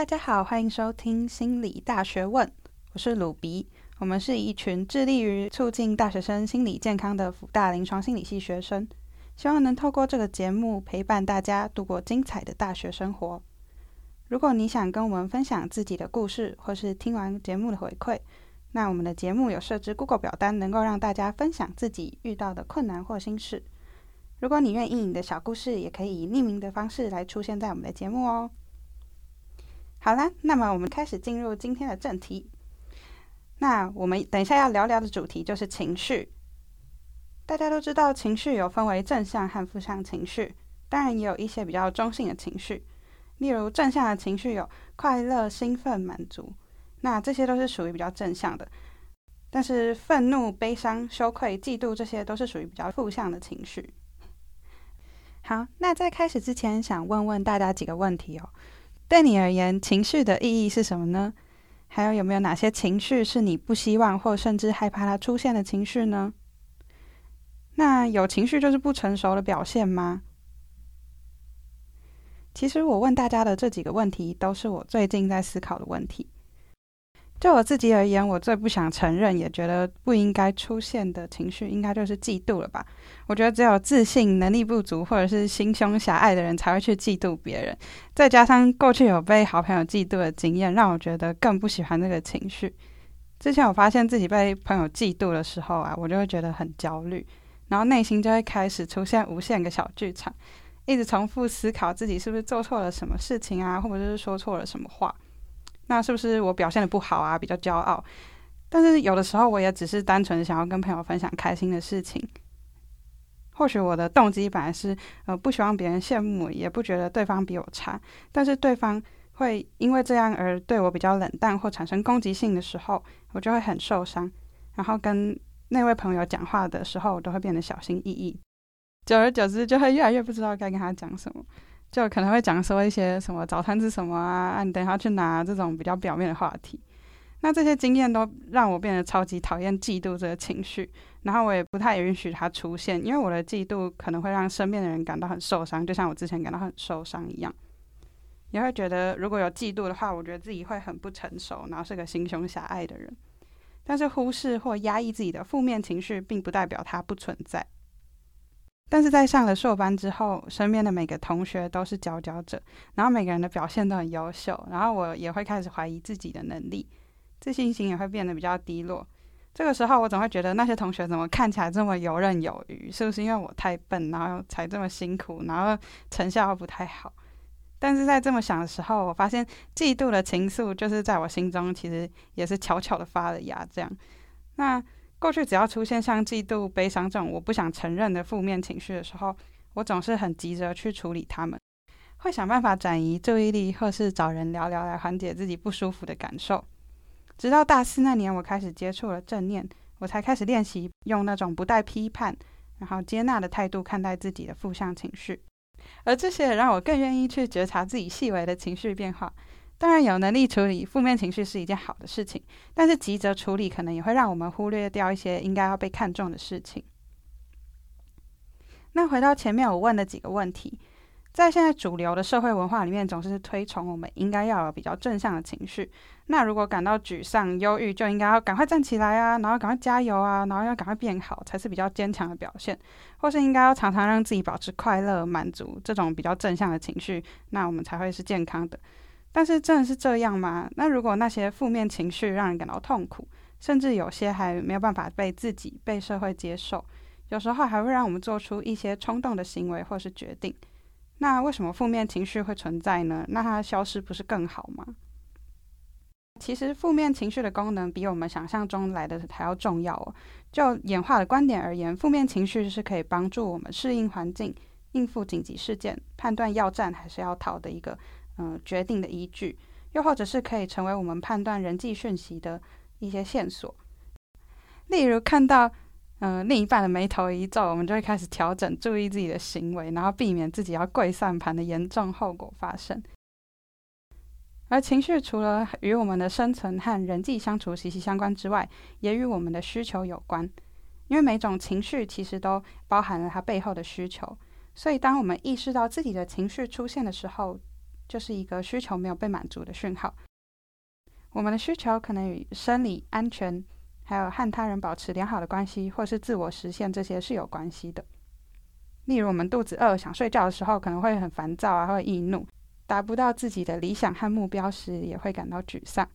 大家好，欢迎收听心理大学问，我是鲁比。我们是一群致力于促进大学生心理健康的辅大临床心理系学生，希望能透过这个节目陪伴大家度过精彩的大学生活。如果你想跟我们分享自己的故事，或是听完节目的回馈，那我们的节目有设置 Google 表单，能够让大家分享自己遇到的困难或心事。如果你愿意，你的小故事也可以以匿名的方式来出现在我们的节目哦。好啦，那么我们开始进入今天的正题。那我们等一下要聊聊的主题就是情绪。大家都知道情绪有分为正向和负向情绪，当然也有一些比较中性的情绪。例如正向的情绪有快乐、兴奋、满足，那这些都是属于比较正向的。但是愤怒、悲伤、羞愧、嫉妒这些都是属于比较负向的情绪。好，那在开始之前想问问大家几个问题哦。对你而言，情绪的意义是什么呢？还有没有哪些情绪是你不希望或甚至害怕它出现的情绪呢？那有情绪就是不成熟的表现吗？其实我问大家的这几个问题都是我最近在思考的问题。就我自己而言，我最不想承认也觉得不应该出现的情绪应该就是嫉妒了吧。我觉得只有自信、能力不足或者是心胸狭隘的人才会去嫉妒别人，再加上过去有被好朋友嫉妒的经验，让我觉得更不喜欢这个情绪。之前我发现自己被朋友嫉妒的时候啊，我就会觉得很焦虑，然后内心就会开始出现无限个小剧场，一直重复思考自己是不是做错了什么事情啊，或者是说错了什么话。那是不是我表现得不好啊，比较骄傲？但是有的时候我也只是单纯想要跟朋友分享开心的事情。或许我的动机本来是不希望别人羡慕，也不觉得对方比我差，但是对方会因为这样而对我比较冷淡或产生攻击性的时候，我就会很受伤，然后跟那位朋友讲话的时候，我都会变得小心翼翼，久而久之就会越来越不知道该跟他讲什么。就可能会讲说一些什么早餐吃什么啊，你等一下去哪这种比较表面的话题。那这些经验都让我变得超级讨厌嫉妒这个情绪，然后我也不太允许它出现，因为我的嫉妒可能会让身边的人感到很受伤，就像我之前感到很受伤一样。也会觉得如果有嫉妒的话，我觉得自己会很不成熟，然后是个心胸狭隘的人。但是忽视或压抑自己的负面情绪，并不代表它不存在。但是在上了硕班之后，身边的每个同学都是佼佼者，然后每个人的表现都很优秀，然后我也会开始怀疑自己的能力，自信心也会变得比较低落。这个时候我总会觉得那些同学怎么看起来这么游刃有余，是不是因为我太笨，然后才这么辛苦，然后成效又不太好。但是在这么想的时候，我发现嫉妒的情愫就是在我心中其实也是悄悄的发了芽这样。那过去只要出现像嫉妒、悲伤这种我不想承认的负面情绪的时候，我总是很急着去处理它们，会想办法转移注意力，或是找人聊聊来缓解自己不舒服的感受。直到大四那年，我开始接触了正念，我才开始练习用那种不带批判，然后接纳的态度看待自己的负向情绪。而这些也让我更愿意去觉察自己细微的情绪变化。当然有能力处理负面情绪是一件好的事情，但是急着处理可能也会让我们忽略掉一些应该要被看重的事情。那回到前面我问的几个问题，在现在主流的社会文化里面，总是推崇我们应该要有比较正向的情绪。那如果感到沮丧、忧郁，就应该要赶快站起来啊，然后赶快加油啊，然后要赶快变好，才是比较坚强的表现。或是应该要常常让自己保持快乐、满足，这种比较正向的情绪，那我们才会是健康的。但是真的是这样吗？那如果那些负面情绪让人感到痛苦，甚至有些还没有办法被自己、被社会接受，有时候还会让我们做出一些冲动的行为或是决定。那为什么负面情绪会存在呢？那它消失不是更好吗？其实负面情绪的功能比我们想象中来的还要重要哦。就演化的观点而言，负面情绪是可以帮助我们适应环境、应付紧急事件、判断要战还是要逃的一个决定的依据，又或者是可以成为我们判断人际讯息的一些线索。例如看到另一半的眉头一皱，我们就会开始调整注意自己的行为，然后避免自己要跪算盘的严重后果发生。而情绪除了与我们的生存和人际相处息息相关之外，也与我们的需求有关。因为每种情绪其实都包含了它背后的需求，所以当我们意识到自己的情绪出现的时候， 就是一个需求没有被满足的讯号。我们的需求可能与生理安全，还有和他人保持良好的关系，或是自我实现，这些是有关系的。例如我们肚子饿想睡觉的时候，可能会很烦躁啊，会易怒，达不到自己的理想和目标时也会感到沮丧。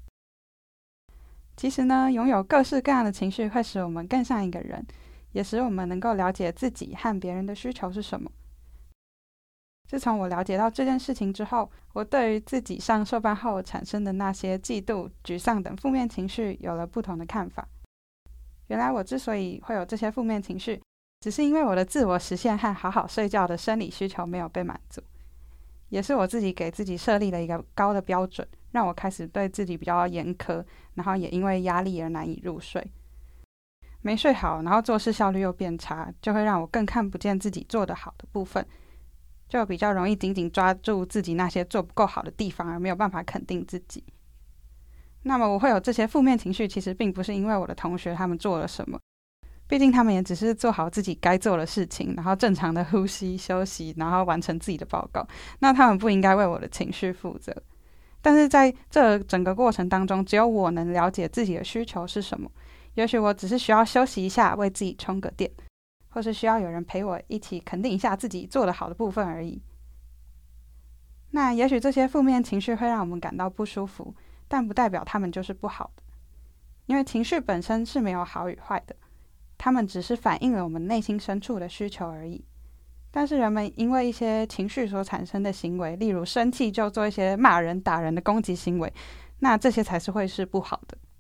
其实呢，拥有各式各样的情绪会使我们更像一个人，也使我们能够了解自己和别人的需求是什么。自从我了解到这件事情之后，我对于自己上硕班后产生的那些嫉妒、沮丧等负面情绪有了不同的看法。原来我之所以会有这些负面情绪，只是因为我的自我实现和好好睡觉的生理需求没有被满足，也是我自己给自己设立了一个高的标准，让我开始对自己比较严苛，然后也因为压力而难以入睡。没睡好，然后做事效率又变差，就会让我更看不见自己做得好的部分，就比较容易紧紧抓住自己那些做不够好的地方，而没有办法肯定自己。那么我会有这些负面情绪，其实并不是因为我的同学他们做了什么，毕竟他们也只是做好自己该做的事情，然后正常的呼吸休息，然后完成自己的报告，那他们不应该为我的情绪负责。但是在这整个过程当中，只有我能了解自己的需求是什么。也许我只是需要休息一下，为自己充个电，或是需要有人陪我一起肯定一下自己做得好的部分而已。那也许这些负面情绪会让我们感到不舒服，但不代表他们就是不好的，因为情绪本身是没有好与坏的，他们只是反映了我们内心深处的需求而已。但是人们因为一些情绪所产生的行为，例如生气就做一些骂人、打人的攻击行为，那这些才是会是不好的。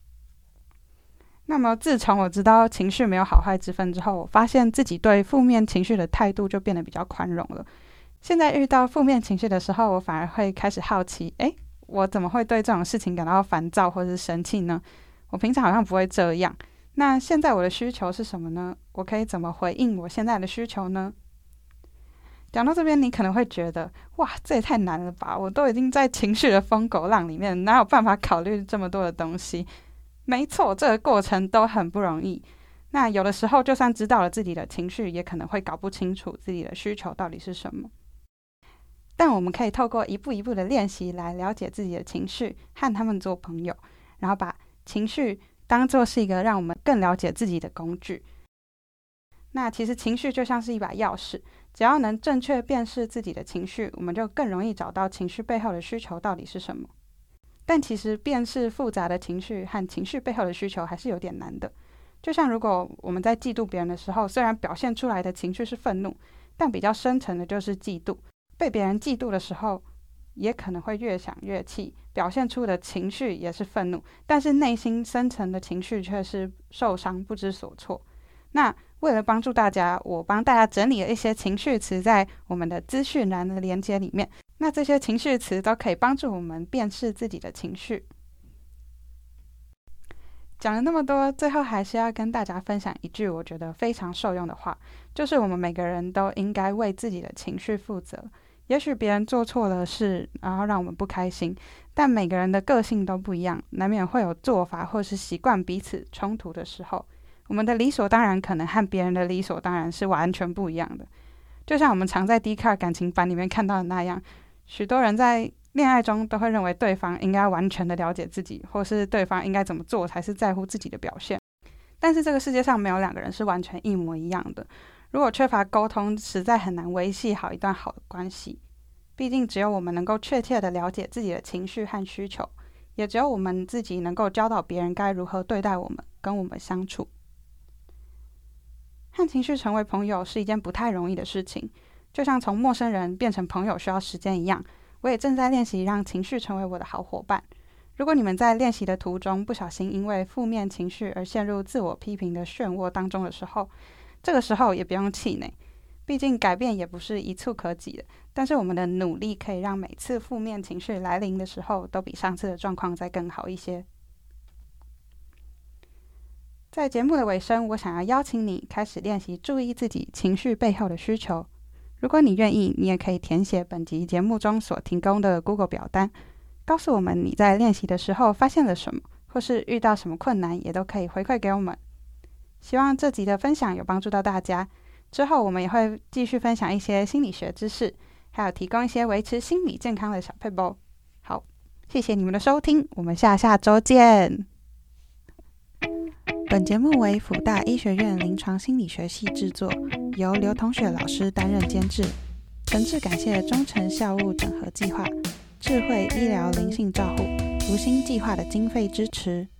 那么自从我知道情绪没有好坏之分之后，我发现自己对负面情绪的态度就变得比较宽容了。现在遇到负面情绪的时候，我反而会开始好奇，我怎么会对这种事情感到烦躁或是生气呢？我平常好像不会这样。那现在我的需求是什么呢？我可以怎么回应我现在的需求呢？讲到这边，你可能会觉得，哇，这也太难了吧！我都已经在情绪的疯狗浪里面，哪有办法考虑这么多的东西？没错，这个过程都很不容易。那有的时候，就算知道了自己的情绪，也可能会搞不清楚自己的需求到底是什么。但我们可以透过一步一步的练习来了解自己的情绪，和他们做朋友，然后把情绪当作是一个让我们更了解自己的工具。那其实情绪就像是一把钥匙，只要能正确辨识自己的情绪，我们就更容易找到情绪背后的需求到底是什么。但其实辨识复杂的情绪和情绪背后的需求还是有点难的。就像如果我们在嫉妒别人的时候，虽然表现出来的情绪是愤怒，但比较深层的就是嫉妒。被别人嫉妒的时候，也可能会越想越气，表现出的情绪也是愤怒，但是内心深层的情绪却是受伤不知所措。那为了帮助大家，我帮大家整理了一些情绪词在我们的资讯栏的连结里面。那这些情绪词都可以帮助我们辨识自己的情绪。讲了那么多，最后还是要跟大家分享一句我觉得非常受用的话，就是我们每个人都应该为自己的情绪负责。也许别人做错了事，然后让我们不开心，但每个人的个性都不一样，难免会有做法或是习惯彼此冲突的时候。我们的理所当然可能和别人的理所当然是完全不一样的。就像我们常在 Dcard 感情版里面看到的那样，许多人在恋爱中都会认为对方应该完全的了解自己，或是对方应该怎么做才是在乎自己的表现。但是这个世界上没有两个人是完全一模一样的。如果缺乏沟通，实在很难维系好一段好的关系。毕竟只有我们能够确切的了解自己的情绪和需求，也只有我们自己能够教导别人该如何对待我们，跟我们相处。和情绪成为朋友是一件不太容易的事情，就像从陌生人变成朋友需要时间一样。我也正在练习让情绪成为我的好伙伴。如果你们在练习的途中不小心因为负面情绪而陷入自我批评的漩涡当中的时候，这个时候也不用气馁，毕竟改变也不是一蹴可及的。但是我们的努力可以让每次负面情绪来临的时候，都比上次的状况再更好一些。在节目的尾声，我想要邀请你开始练习注意自己情绪背后的需求。如果你愿意，你也可以填写本集节目中所提供的 Google 表单，告诉我们你在练习的时候发现了什么，或是遇到什么困难，也都可以回馈给我们。希望这集的分享有帮助到大家。之后我们也会继续分享一些心理学知识， 还有提供一些维持心理健康的小撇步。好，谢谢你们的收听，我们下周见。本节目为辅大医学院临床心理学系制作，由刘同学老师担任监制。诚挚感谢忠诚校务整合计划、智慧医疗灵性照护、福星计划的经费支持。